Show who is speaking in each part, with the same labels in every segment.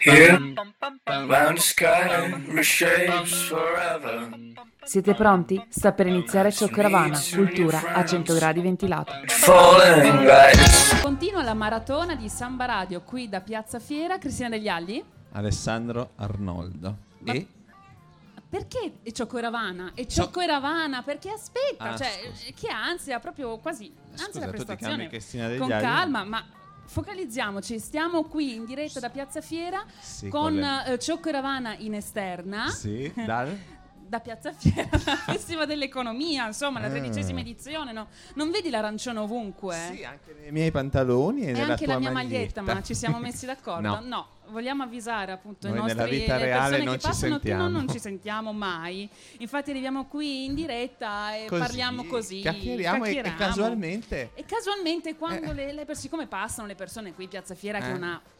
Speaker 1: Here, round the sky, reshapes forever.
Speaker 2: Siete pronti? Sta per iniziare Cioccoravana, cultura a 100 gradi ventilato.
Speaker 1: Falling lights.
Speaker 2: Continua la maratona di Samba Radio qui da Piazza Fiera. Cristina Degli Alli.
Speaker 3: Alessandro Arnoldo. E?
Speaker 2: Perché Cioccoravana? E Cioccoravana perché aspetta,
Speaker 3: Scusa.
Speaker 2: che ansia, proprio quasi ansia
Speaker 3: Scusa,
Speaker 2: la
Speaker 3: tu ti
Speaker 2: prestazione.
Speaker 3: chiami Cristina Degli
Speaker 2: Con
Speaker 3: Alli?
Speaker 2: calma, ma focalizziamoci, stiamo qui in diretta da Piazza Fiera
Speaker 3: Sì,
Speaker 2: con Cioccoravana in esterna.
Speaker 3: Sì,
Speaker 2: Da Piazza Fiera, la Festival dell'Economia, insomma, la 13ª edizione, no? Non vedi l'arancione ovunque?
Speaker 3: Sì, anche nei miei pantaloni e nella
Speaker 2: anche
Speaker 3: tua
Speaker 2: la mia
Speaker 3: maglietta.
Speaker 2: ma ci siamo messi d'accordo?
Speaker 3: No.
Speaker 2: Vogliamo avvisare appunto
Speaker 3: Noi
Speaker 2: i nostri
Speaker 3: nella vita
Speaker 2: le
Speaker 3: reale
Speaker 2: persone
Speaker 3: non
Speaker 2: che
Speaker 3: ci
Speaker 2: passano che
Speaker 3: sentiamo.
Speaker 2: non ci sentiamo mai. Infatti arriviamo qui in diretta e
Speaker 3: Così,
Speaker 2: parliamo così,
Speaker 3: chiacchieriamo e casualmente
Speaker 2: quando siccome passano le persone qui in Piazza Fiera che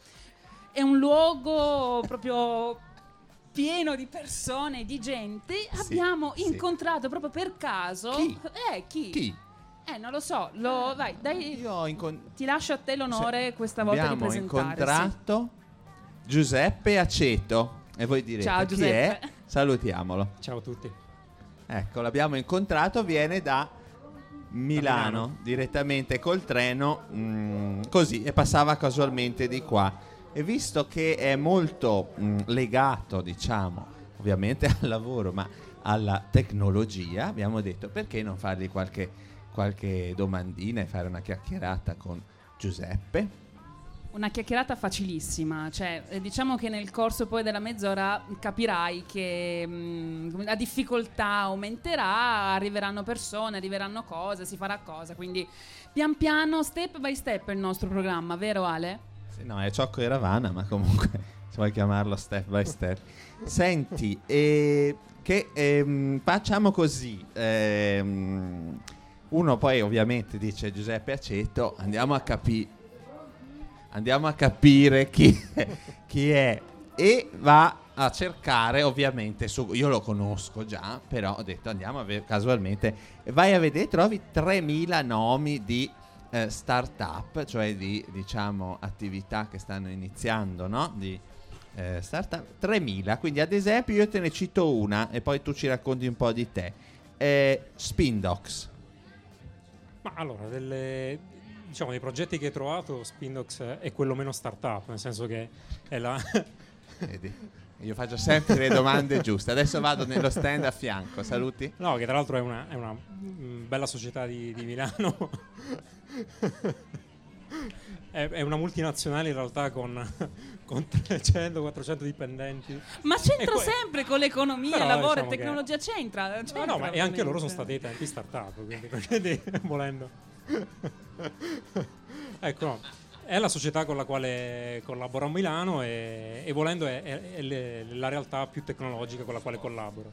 Speaker 2: è un luogo proprio pieno di persone, di gente, abbiamo incontrato proprio per caso chi? Non lo so, vai, dai, ti lascio a te l'onore questa volta di presentarsi.
Speaker 3: Abbiamo incontrato Giuseppe Aceto e voi direte
Speaker 2: Ciao,
Speaker 3: chi
Speaker 2: Giuseppe.
Speaker 3: è? Salutiamolo.
Speaker 4: Ciao a tutti.
Speaker 3: Ecco, l'abbiamo incontrato, viene da Milano, direttamente col treno, così, e passava casualmente di qua. E visto che è molto legato, diciamo, ovviamente al lavoro, ma alla tecnologia, abbiamo detto perché non fargli qualche domandina e fare una chiacchierata con Giuseppe.
Speaker 2: Una chiacchierata facilissima, diciamo che nel corso poi della mezz'ora capirai che la difficoltà aumenterà, arriveranno persone, arriveranno cose, si farà cosa, quindi pian piano, step by step è il nostro programma, vero Ale?
Speaker 3: Sì, no, è Cioccoravana, ma comunque se vuoi chiamarlo step by step. Senti, facciamo così, uno poi ovviamente dice Giuseppe Aceto, andiamo a capire chi è e va a cercare ovviamente io lo conosco già, però ho detto andiamo a vedere casualmente, vai a vedere, trovi 3000 nomi di startup, cioè di diciamo attività che stanno iniziando, no? Di startup, 3000, quindi ad esempio io te ne cito una e poi tu ci racconti un po' di te. Spindox.
Speaker 4: Ma allora, dei progetti che hai trovato, Spindox è quello meno startup, nel senso che è la...
Speaker 3: Vedi? Io faccio sempre le domande giuste. Adesso vado nello stand a fianco. Saluti.
Speaker 4: No, che tra l'altro è una bella società di Milano. È una multinazionale in realtà con 300-400 dipendenti.
Speaker 2: Ma c'entra sempre con l'economia,
Speaker 4: però,
Speaker 2: lavoro
Speaker 4: diciamo
Speaker 2: e tecnologia, c'entra
Speaker 4: No, ma e anche loro sono stati dei tempi startup, quindi volendo. Ecco, no. È la società con la quale collaboro a Milano e volendo è la realtà più tecnologica con la quale collaboro.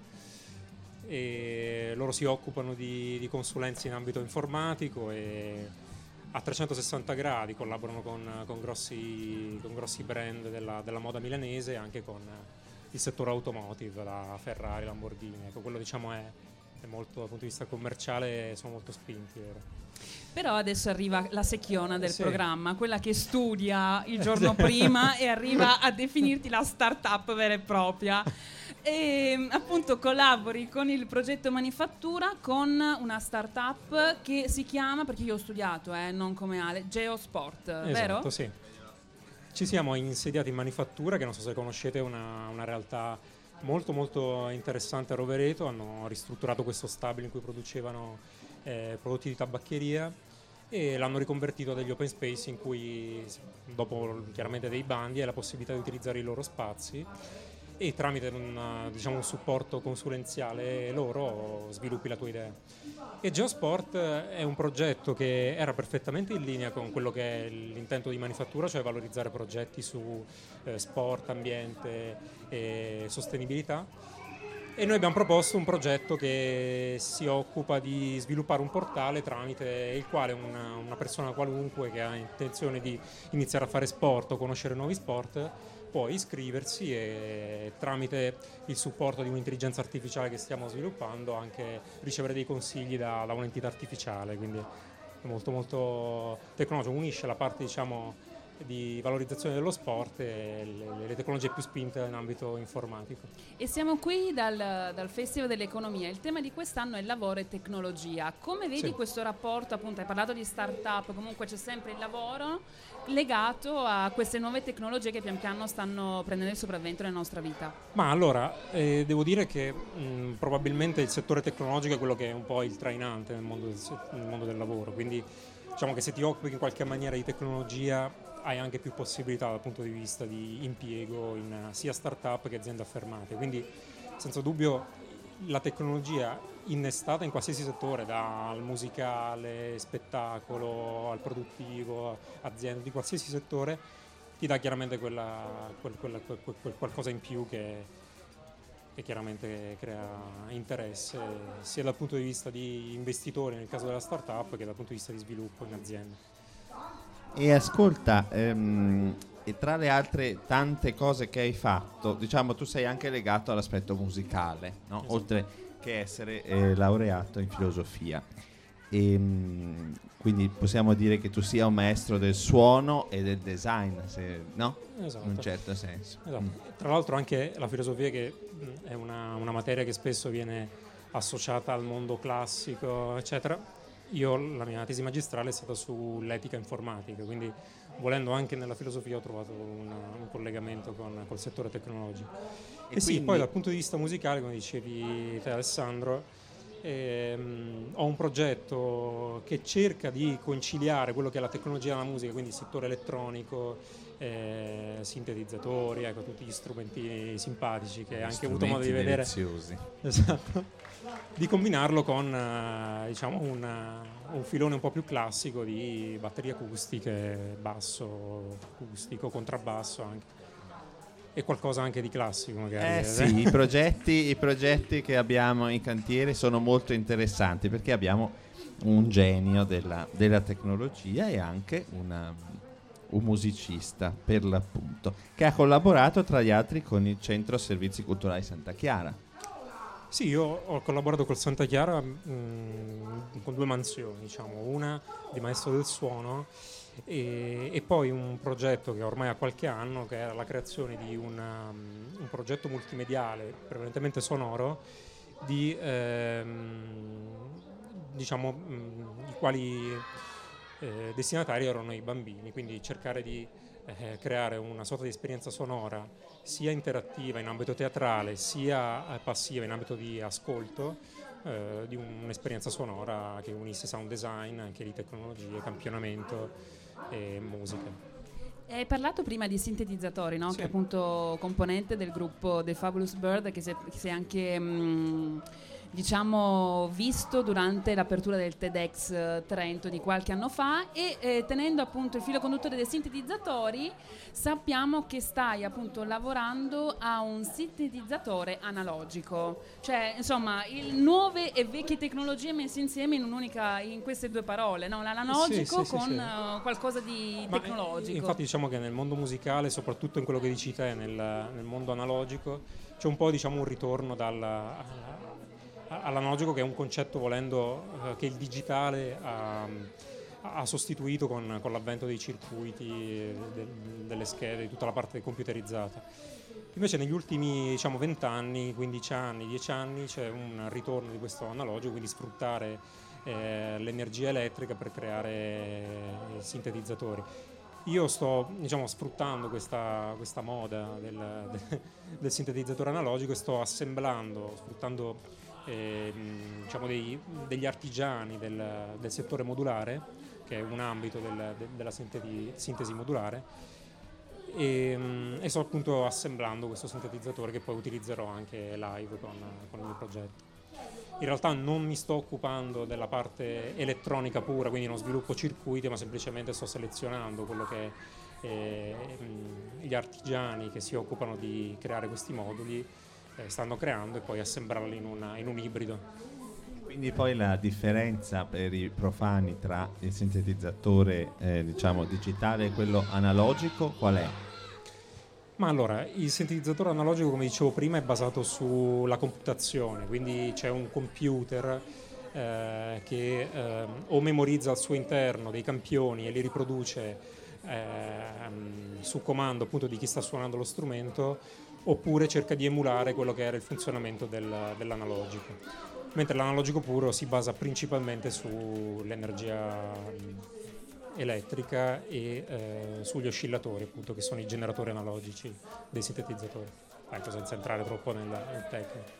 Speaker 4: E loro si occupano di consulenza in ambito informatico e a 360 gradi collaborano con grossi brand della moda milanese e anche con il settore automotive, la Ferrari, Lamborghini. Ecco, quello diciamo è molto, dal punto di vista commerciale, sono molto spinti, vero?
Speaker 2: Però adesso arriva la secchiona del programma, quella che studia il giorno prima e arriva a definirti la startup vera e propria. E appunto collabori con il progetto Manifattura con una startup che si chiama, perché io ho studiato, non come Ale, Geosport,
Speaker 4: esatto,
Speaker 2: vero?
Speaker 4: Sì. Ci siamo insediati in Manifattura, che non so se conoscete, è una realtà molto molto interessante a Rovereto. Hanno ristrutturato questo stabile in cui producevano prodotti di tabaccheria e l'hanno riconvertito a degli open space in cui dopo chiaramente dei bandi hai la possibilità di utilizzare i loro spazi e tramite un supporto consulenziale loro sviluppi la tua idea. E Geosport è un progetto che era perfettamente in linea con quello che è l'intento di Manifattura, cioè valorizzare progetti su sport, ambiente e sostenibilità. E noi abbiamo proposto un progetto che si occupa di sviluppare un portale tramite il quale una persona qualunque che ha intenzione di iniziare a fare sport o conoscere nuovi sport può iscriversi e tramite il supporto di un'intelligenza artificiale che stiamo sviluppando anche ricevere dei consigli da un'entità artificiale, quindi è molto molto tecnologico, unisce la parte di valorizzazione dello sport e le tecnologie più spinte in ambito informatico.
Speaker 2: E siamo qui dal Festival dell'Economia. Il tema di quest'anno è lavoro e tecnologia. Come vedi questo rapporto? Appunto, hai parlato di start-up, comunque c'è sempre il lavoro legato a queste nuove tecnologie che pian piano stanno prendendo il sopravvento nella nostra vita.
Speaker 4: Ma allora, devo dire che probabilmente il settore tecnologico è quello che è un po' il trainante nel mondo del lavoro, quindi diciamo che se ti occupi in qualche maniera di tecnologia hai anche più possibilità dal punto di vista di impiego in sia start-up che aziende affermate, quindi senza dubbio la tecnologia innestata in qualsiasi settore, dal musicale, spettacolo, al produttivo, aziende di qualsiasi settore, ti dà chiaramente quel qualcosa in più che chiaramente crea interesse sia dal punto di vista di investitori nel caso della startup che dal punto di vista di sviluppo in azienda.
Speaker 3: E ascolta, e tra le altre tante cose che hai fatto, diciamo tu sei anche legato all'aspetto musicale, no?
Speaker 4: Esatto.
Speaker 3: Oltre che essere laureato in filosofia. Quindi possiamo dire che tu sia un maestro del suono e del design, no?
Speaker 4: Esatto.
Speaker 3: In un certo senso.
Speaker 4: Esatto. Tra l'altro anche la filosofia, che è una materia che spesso viene associata al mondo classico, eccetera. La mia tesi magistrale è stata sull'etica informatica, quindi volendo anche nella filosofia ho trovato un collegamento col settore tecnologico. E sì, poi dal punto di vista musicale, come dicevi te Alessandro, ho un progetto che cerca di conciliare quello che è la tecnologia della musica, quindi il settore elettronico, sintetizzatori, ecco, tutti gli strumenti simpatici che hai anche avuto modo di vedere.
Speaker 3: Deliziosi.
Speaker 4: Esatto. Di combinarlo con diciamo un filone un po' più classico di batterie acustiche, basso acustico, contrabbasso anche, e qualcosa anche di classico magari.
Speaker 3: Sì, i progetti che abbiamo in cantiere sono molto interessanti perché abbiamo un genio della tecnologia e anche un musicista per l'appunto che ha collaborato tra gli altri con il Centro Servizi Culturali Santa Chiara.
Speaker 4: Sì, io ho collaborato col Santa Chiara con due mansioni, diciamo, una di maestro del suono e poi un progetto che ormai ha qualche anno, che era la creazione di un progetto multimediale, prevalentemente sonoro, di diciamo i quali destinatari erano i bambini, quindi cercare di creare una sorta di esperienza sonora sia interattiva in ambito teatrale sia passiva in ambito di ascolto, di un'esperienza sonora che unisse sound design, anche di tecnologie, campionamento e musica.
Speaker 2: Hai parlato prima di sintetizzatori, no?
Speaker 4: Sì.
Speaker 2: Che è appunto componente del gruppo The Fabulous Bird, che si è anche diciamo visto durante l'apertura del TEDx Trento di qualche anno fa e tenendo appunto il filo conduttore dei sintetizzatori sappiamo che stai appunto lavorando a un sintetizzatore analogico, cioè insomma nuove e vecchie tecnologie messe insieme in queste due parole, no? L'analogico
Speaker 4: Sì,
Speaker 2: con qualcosa di tecnologico.
Speaker 4: Infatti diciamo che nel mondo musicale, soprattutto in quello che dici te, nel mondo analogico, c'è un po' diciamo un ritorno all'analogico, che è un concetto volendo che il digitale ha sostituito con l'avvento dei circuiti, delle schede, di tutta la parte computerizzata. Invece negli ultimi diciamo 20 anni, 15 anni, 10 anni c'è un ritorno di questo analogico, quindi sfruttare l'energia elettrica per creare sintetizzatori. Io sto diciamo sfruttando questa moda del sintetizzatore analogico e sto assemblando, sfruttando diciamo degli artigiani del settore modulare, che è un ambito della sintesi modulare, e sto appunto assemblando questo sintetizzatore che poi utilizzerò anche live con il mio progetto. In realtà non mi sto occupando della parte elettronica pura, quindi non sviluppo circuiti, ma semplicemente sto selezionando quello che gli artigiani che si occupano di creare questi moduli stanno creando e poi assemblarli in un ibrido.
Speaker 3: Quindi poi la differenza per i profani tra il sintetizzatore diciamo digitale e quello analogico qual è?
Speaker 4: Ma allora, il sintetizzatore analogico, come dicevo prima, è basato sulla computazione, quindi c'è un computer che o memorizza al suo interno dei campioni e li riproduce su comando appunto di chi sta suonando lo strumento, oppure cerca di emulare quello che era il funzionamento dell'analogico, mentre l'analogico puro si basa principalmente sull'energia elettrica e sugli oscillatori, appunto, che sono i generatori analogici dei sintetizzatori, anche senza entrare troppo nel tecnico.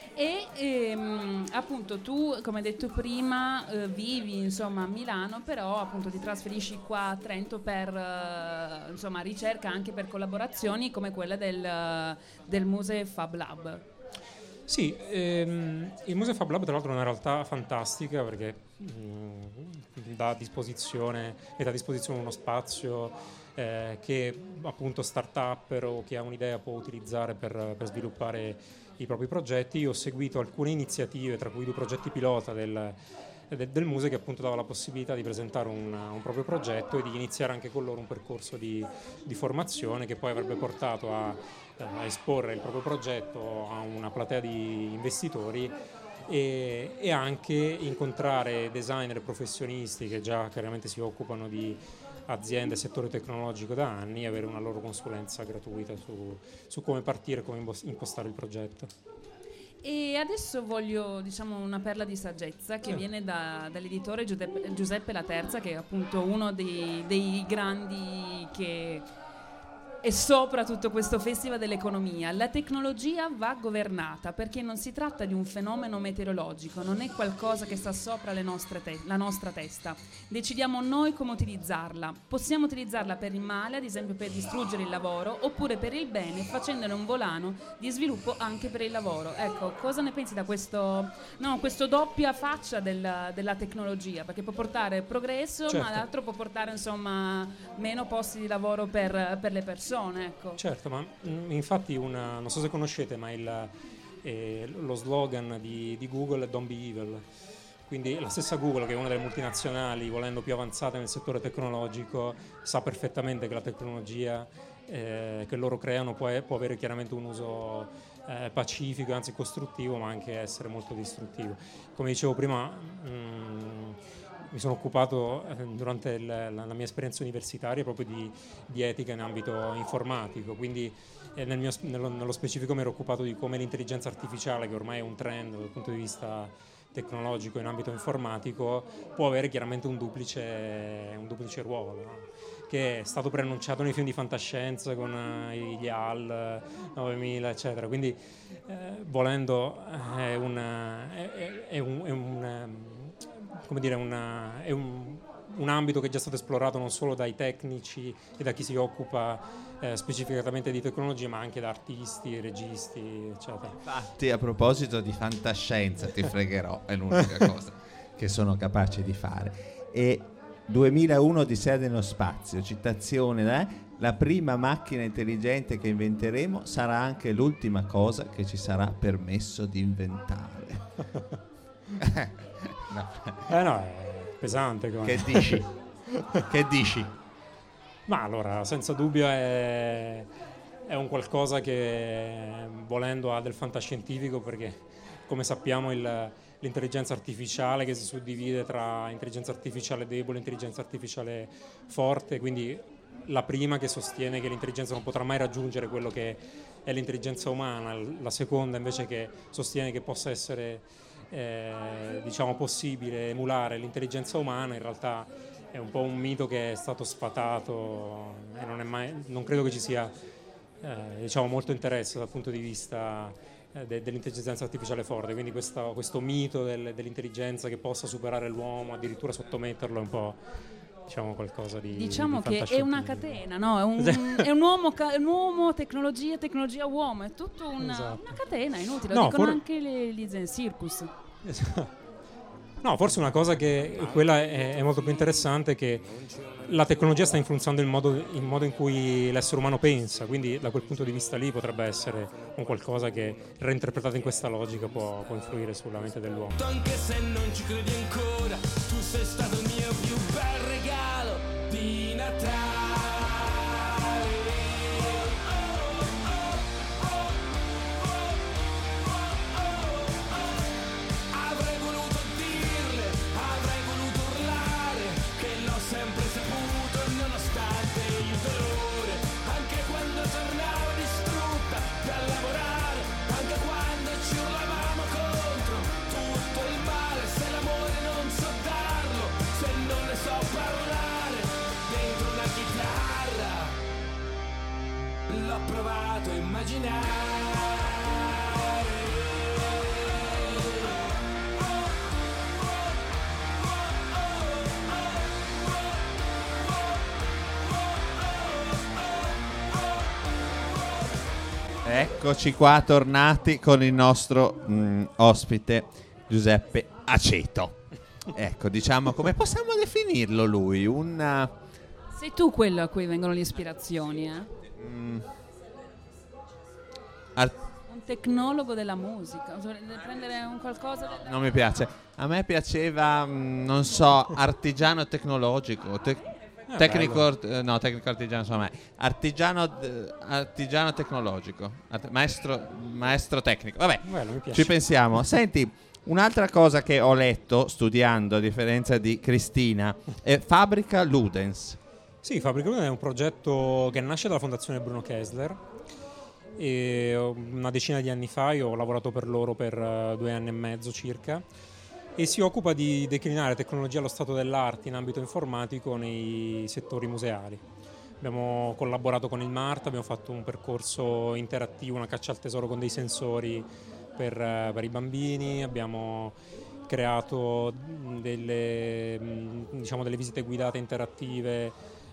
Speaker 2: E appunto tu, come detto prima, vivi insomma a Milano, però appunto ti trasferisci qua a Trento per insomma ricerca, anche per collaborazioni come quella del Muse Fab Lab.
Speaker 4: Sì, il Muse Fab Lab tra l'altro è una realtà fantastica, perché dà a disposizione uno spazio che appunto start-upper o chi ha un'idea può utilizzare per sviluppare i propri progetti. Io ho seguito alcune iniziative, tra cui 2 progetti pilota del Muse, che appunto dava la possibilità di presentare un proprio progetto e di iniziare anche con loro un percorso di formazione che poi avrebbe portato a esporre il proprio progetto a una platea di investitori e anche incontrare designer e professionisti che già chiaramente si occupano di aziende e settore tecnologico da anni, e avere una loro consulenza gratuita su come partire, come impostare il progetto.
Speaker 2: E adesso voglio, diciamo, una perla di saggezza che viene dall'editore Giuseppe Laterza, che è appunto uno dei grandi che è sopra tutto questo festival dell'economia. La tecnologia va governata, perché non si tratta di un fenomeno meteorologico, non è qualcosa che sta sopra la nostra testa. Decidiamo noi come utilizzarla. Possiamo utilizzarla per il male, ad esempio per distruggere il lavoro, oppure per il bene, facendone un volano di sviluppo anche per il lavoro. Ecco, cosa ne pensi da questo doppia faccia della tecnologia? Perché può portare progresso,
Speaker 4: certo,
Speaker 2: ma l'altro può portare insomma meno posti di lavoro per le persone. Ecco.
Speaker 4: Certo, ma infatti non so se conoscete, ma lo slogan di Google è "Don't be evil". Quindi la stessa Google, che è una delle multinazionali, volendo più avanzate nel settore tecnologico, sa perfettamente che la tecnologia che loro creano può avere chiaramente un uso pacifico, anzi costruttivo, ma anche essere molto distruttivo. Come dicevo prima, mi sono occupato durante la mia esperienza universitaria proprio di etica in ambito informatico, quindi nello specifico mi ero occupato di come l'intelligenza artificiale, che ormai è un trend dal punto di vista tecnologico in ambito informatico, può avere chiaramente un duplice ruolo, no? Che è stato preannunciato nei film di fantascienza con gli HAL 9000 eccetera, quindi volendo è un ambito che è già stato esplorato non solo dai tecnici e da chi si occupa specificatamente di tecnologia, ma anche da artisti, registi, eccetera.
Speaker 3: Infatti, a proposito di fantascienza, ti fregherò, è l'unica cosa che sono capace di fare. E 2001 Odissea nello spazio, citazione, la prima macchina intelligente che inventeremo sarà anche l'ultima cosa che ci sarà permesso di inventare.
Speaker 4: No, è pesante.
Speaker 3: Che dici? Che dici?
Speaker 4: Ma allora, senza dubbio è un qualcosa che, volendo, ha del fantascientifico, perché come sappiamo l'intelligenza artificiale, che si suddivide tra intelligenza artificiale debole e intelligenza artificiale forte, quindi la prima che sostiene che l'intelligenza non potrà mai raggiungere quello che è l'intelligenza umana, la seconda invece che sostiene che possa essere possibile emulare l'intelligenza umana, in realtà è un po' un mito che è stato sfatato e non credo che ci sia molto interesse dal punto di vista dell'intelligenza artificiale forte, quindi questo mito dell'intelligenza che possa superare l'uomo, addirittura sottometterlo, è un po' qualcosa di
Speaker 2: che è una catena, no? È un uomo, tecnologia, uomo, è tutto una catena inutile, lo dicono anche gli Zen Circus.
Speaker 4: No, forse una cosa che quella è molto più interessante è che la tecnologia sta influenzando il modo in cui l'essere umano pensa, quindi da quel punto di vista lì potrebbe essere un qualcosa che, reinterpretato in questa logica, può influire sulla mente dell'uomo.
Speaker 5: Anche se non ci credi ancora, tu sei stato il mio più bel regalo di Natale. Avrei voluto dirle, avrei voluto urlare, che l'ho sempre saputo nonostante l'ho provato a immaginare.
Speaker 3: Eccoci qua tornati con il nostro ospite Giuseppe Aceto. Ecco, diciamo, come possiamo definirlo lui?
Speaker 2: Sei tu quello a cui vengono le ispirazioni, eh? Un tecnologo della musica. Prendere un qualcosa
Speaker 3: Non mi piace. A me piaceva, non so, artigiano tecnologico. Tecnico artigiano, insomma, artigiano tecnologico, maestro tecnico. Vabbè,
Speaker 4: mi piace.
Speaker 3: ci pensiamo. Senti, un'altra cosa che ho letto studiando, a differenza di Cristina, è Fabbrica Ludens.
Speaker 4: Sì, Fabbrica Ludens è un progetto che nasce dalla Fondazione Bruno Kessler. E una decina di anni fa io ho lavorato per loro per 2 anni e mezzo circa, e si occupa di declinare tecnologia allo stato dell'arte in ambito informatico nei settori museali. Abbiamo collaborato con il MART, abbiamo fatto un percorso interattivo, una caccia al tesoro con dei sensori per i bambini, abbiamo creato delle visite guidate interattive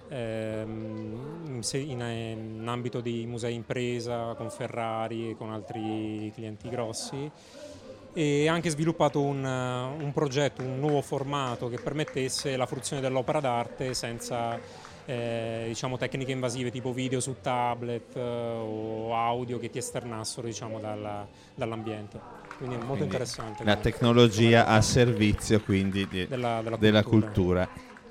Speaker 4: in ambito di musei impresa con Ferrari e con altri clienti grossi, e anche sviluppato un progetto, un nuovo formato che permettesse la fruizione dell'opera d'arte senza tecniche invasive tipo video su tablet o audio che ti esternassero dall'ambiente. Quindi è molto interessante.
Speaker 3: La tecnologia a servizio quindi della cultura.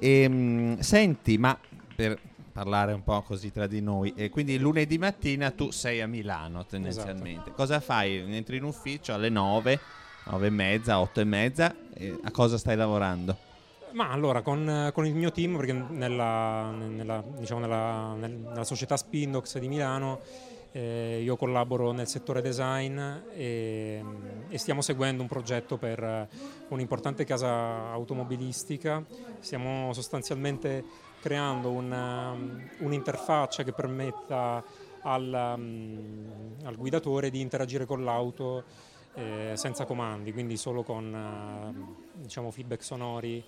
Speaker 3: Senti, ma per parlare un po' così tra di noi, e quindi lunedì mattina tu sei a Milano tendenzialmente.
Speaker 4: Esatto.
Speaker 3: Cosa fai? Entri in ufficio alle 9, 9:30, 8:30, a cosa stai lavorando?
Speaker 4: Ma allora con il mio team, perché nella società Spindox di Milano io collaboro nel settore design e stiamo seguendo un progetto per un'importante casa automobilistica. Stiamo sostanzialmente creando un'interfaccia che permetta al guidatore di interagire con l'auto senza comandi, quindi solo con feedback sonori,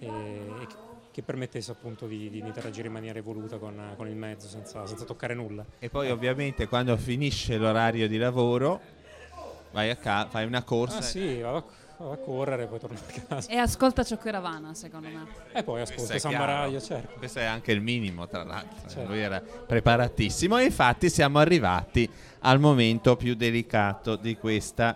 Speaker 4: che permettesse appunto di interagire in maniera evoluta con il mezzo senza toccare nulla.
Speaker 3: E poi ovviamente quando finisce l'orario di lavoro vai fai una corsa.
Speaker 4: Ah sì, vado a correre, poi torno a casa.
Speaker 2: E ascolta Ciocco Ravana, secondo me.
Speaker 4: E poi ascolta Samaraia, certo.
Speaker 3: Questo è anche il minimo, tra l'altro.
Speaker 4: Certo.
Speaker 3: Lui era preparatissimo, e infatti siamo arrivati al momento più delicato di questa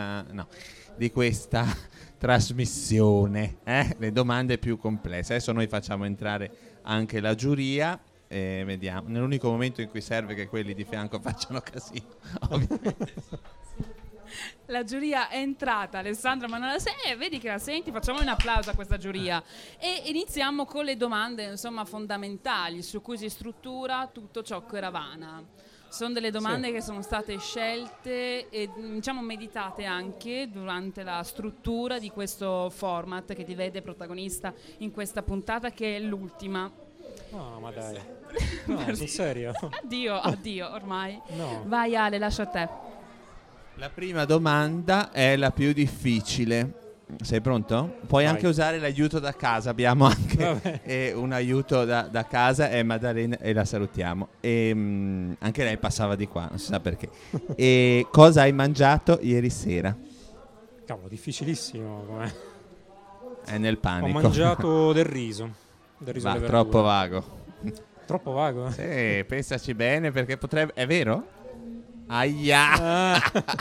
Speaker 3: di questa trasmissione, le domande più complesse. Adesso noi facciamo entrare anche la giuria, vediamo, nell'unico momento in cui serve che quelli di fianco facciano casino, ovviamente.
Speaker 2: La giuria è entrata, Alessandra Manola, vedi che la senti? Facciamo un applauso a questa giuria e iniziamo con le domande fondamentali su cui si struttura tutto Ciocco e Ravana. Sono delle domande che sono state scelte e meditate anche durante la struttura di questo format che ti vede protagonista in questa puntata, che è l'ultima.
Speaker 4: No, ma dai. No, sul serio?
Speaker 2: Addio ormai.
Speaker 4: No.
Speaker 2: Vai Ale, lascio a te.
Speaker 3: La prima domanda è la più difficile. Sei pronto? Puoi anche usare l'aiuto da casa. Abbiamo anche un aiuto da casa, è Maddalena, e la salutiamo. Anche lei passava di qua, non si sa perché. E cosa hai mangiato ieri sera?
Speaker 4: Cavolo, difficilissimo com'è.
Speaker 3: È nel panico.
Speaker 4: Ho mangiato del riso alle
Speaker 3: troppo vago.
Speaker 4: Troppo vago?
Speaker 3: Sì, pensaci bene, perché potrebbe... È vero? Aia!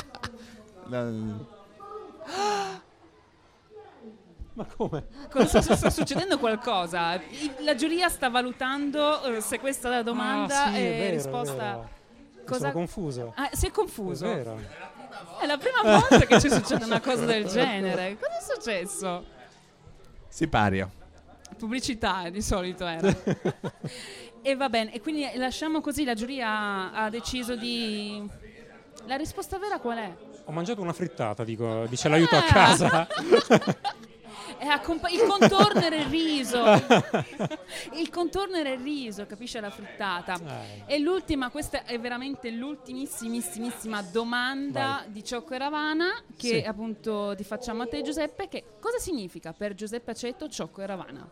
Speaker 4: Ma come?
Speaker 2: Cosa sta succedendo? Qualcosa? La giuria sta valutando se questa è la domanda
Speaker 4: sì,
Speaker 2: e
Speaker 4: vero,
Speaker 2: risposta.
Speaker 4: Sono confuso.
Speaker 2: Sei confuso?
Speaker 4: È vero.
Speaker 2: È la prima volta che ci succede una cosa del genere. Cosa è successo?
Speaker 3: Sipario.
Speaker 2: Pubblicità di solito era. E va bene, e quindi lasciamo così, la giuria ha deciso di... La risposta vera qual è?
Speaker 4: Ho mangiato una frittata, dice l'aiuto a casa.
Speaker 2: il contorno era il riso. Il contorno era il riso, capisce, la frittata. E l'ultima, questa è veramente l'ultimissimissima domanda di Ciocco e Ravana, che appunto ti facciamo a te, Giuseppe, che cosa significa per Giuseppe Aceto Ciocco e Ravana?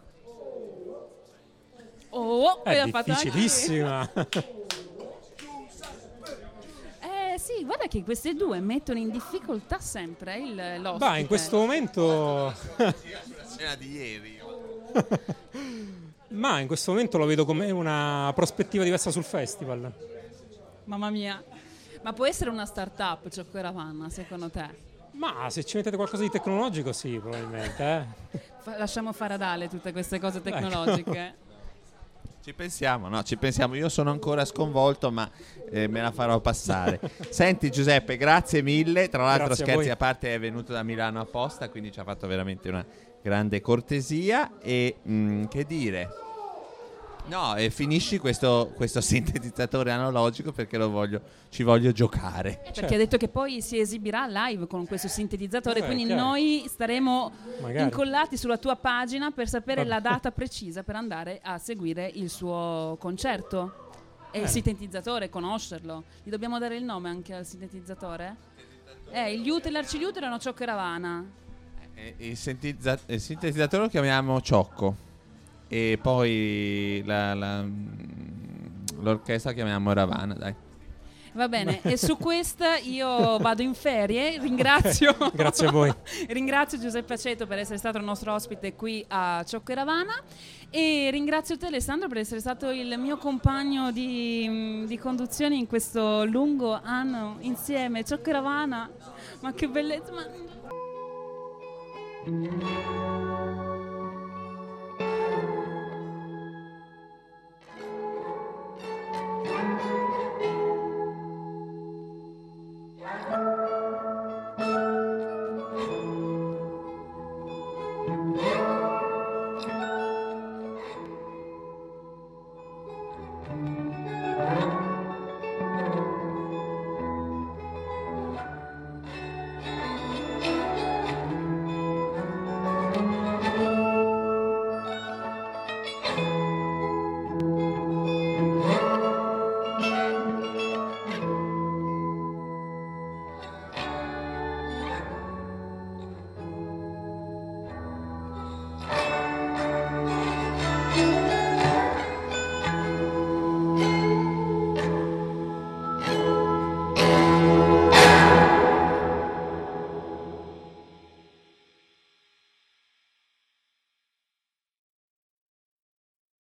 Speaker 4: È difficilissima.
Speaker 2: Sì, guarda che queste due mettono in difficoltà sempre l'ospite.
Speaker 4: Bah, in questo momento
Speaker 3: La cena di ieri.
Speaker 4: ma in questo momento lo vedo come una prospettiva diversa sul festival.
Speaker 2: Mamma mia. Ma può essere una start-up Ciocco e Ravana, secondo te?
Speaker 4: Ma se ci mettete qualcosa di tecnologico, sì, probabilmente.
Speaker 2: Lasciamo fare ad Ale tutte queste cose tecnologiche.
Speaker 3: Ci pensiamo, no? Ci pensiamo. Io sono ancora sconvolto, ma me la farò passare. Senti Giuseppe, grazie mille. Tra l'altro,
Speaker 4: Grazie a
Speaker 3: scherzi
Speaker 4: voi.
Speaker 3: a parte, è venuto da Milano apposta, quindi ci ha fatto veramente una grande cortesia. E che dire? No, e finisci questo sintetizzatore analogico perché ci voglio giocare.
Speaker 2: Perché ha detto che poi si esibirà live con questo sintetizzatore, quindi
Speaker 4: chiaro.
Speaker 2: noi staremo
Speaker 4: Magari.
Speaker 2: incollati sulla tua pagina per sapere la data precisa per andare a seguire il suo concerto. E il sintetizzatore, conoscerlo. Gli dobbiamo dare il nome anche al sintetizzatore? Gli utili e l'arciliuto erano Ciocco e Ravana.
Speaker 3: Il sintetizzatore lo chiamiamo Ciocco. E poi l'orchestra chiamiamo Ravana, dai.
Speaker 2: Va bene, e su questa io vado in ferie, ringrazio
Speaker 4: Grazie a voi.
Speaker 2: ringrazio Giuseppe Aceto per essere stato il nostro ospite qui a Ciocco e Ravana e ringrazio te Alessandro per essere stato il mio compagno di conduzione in questo lungo anno insieme. Ciocco e Ravana, ma che bellezza, ma...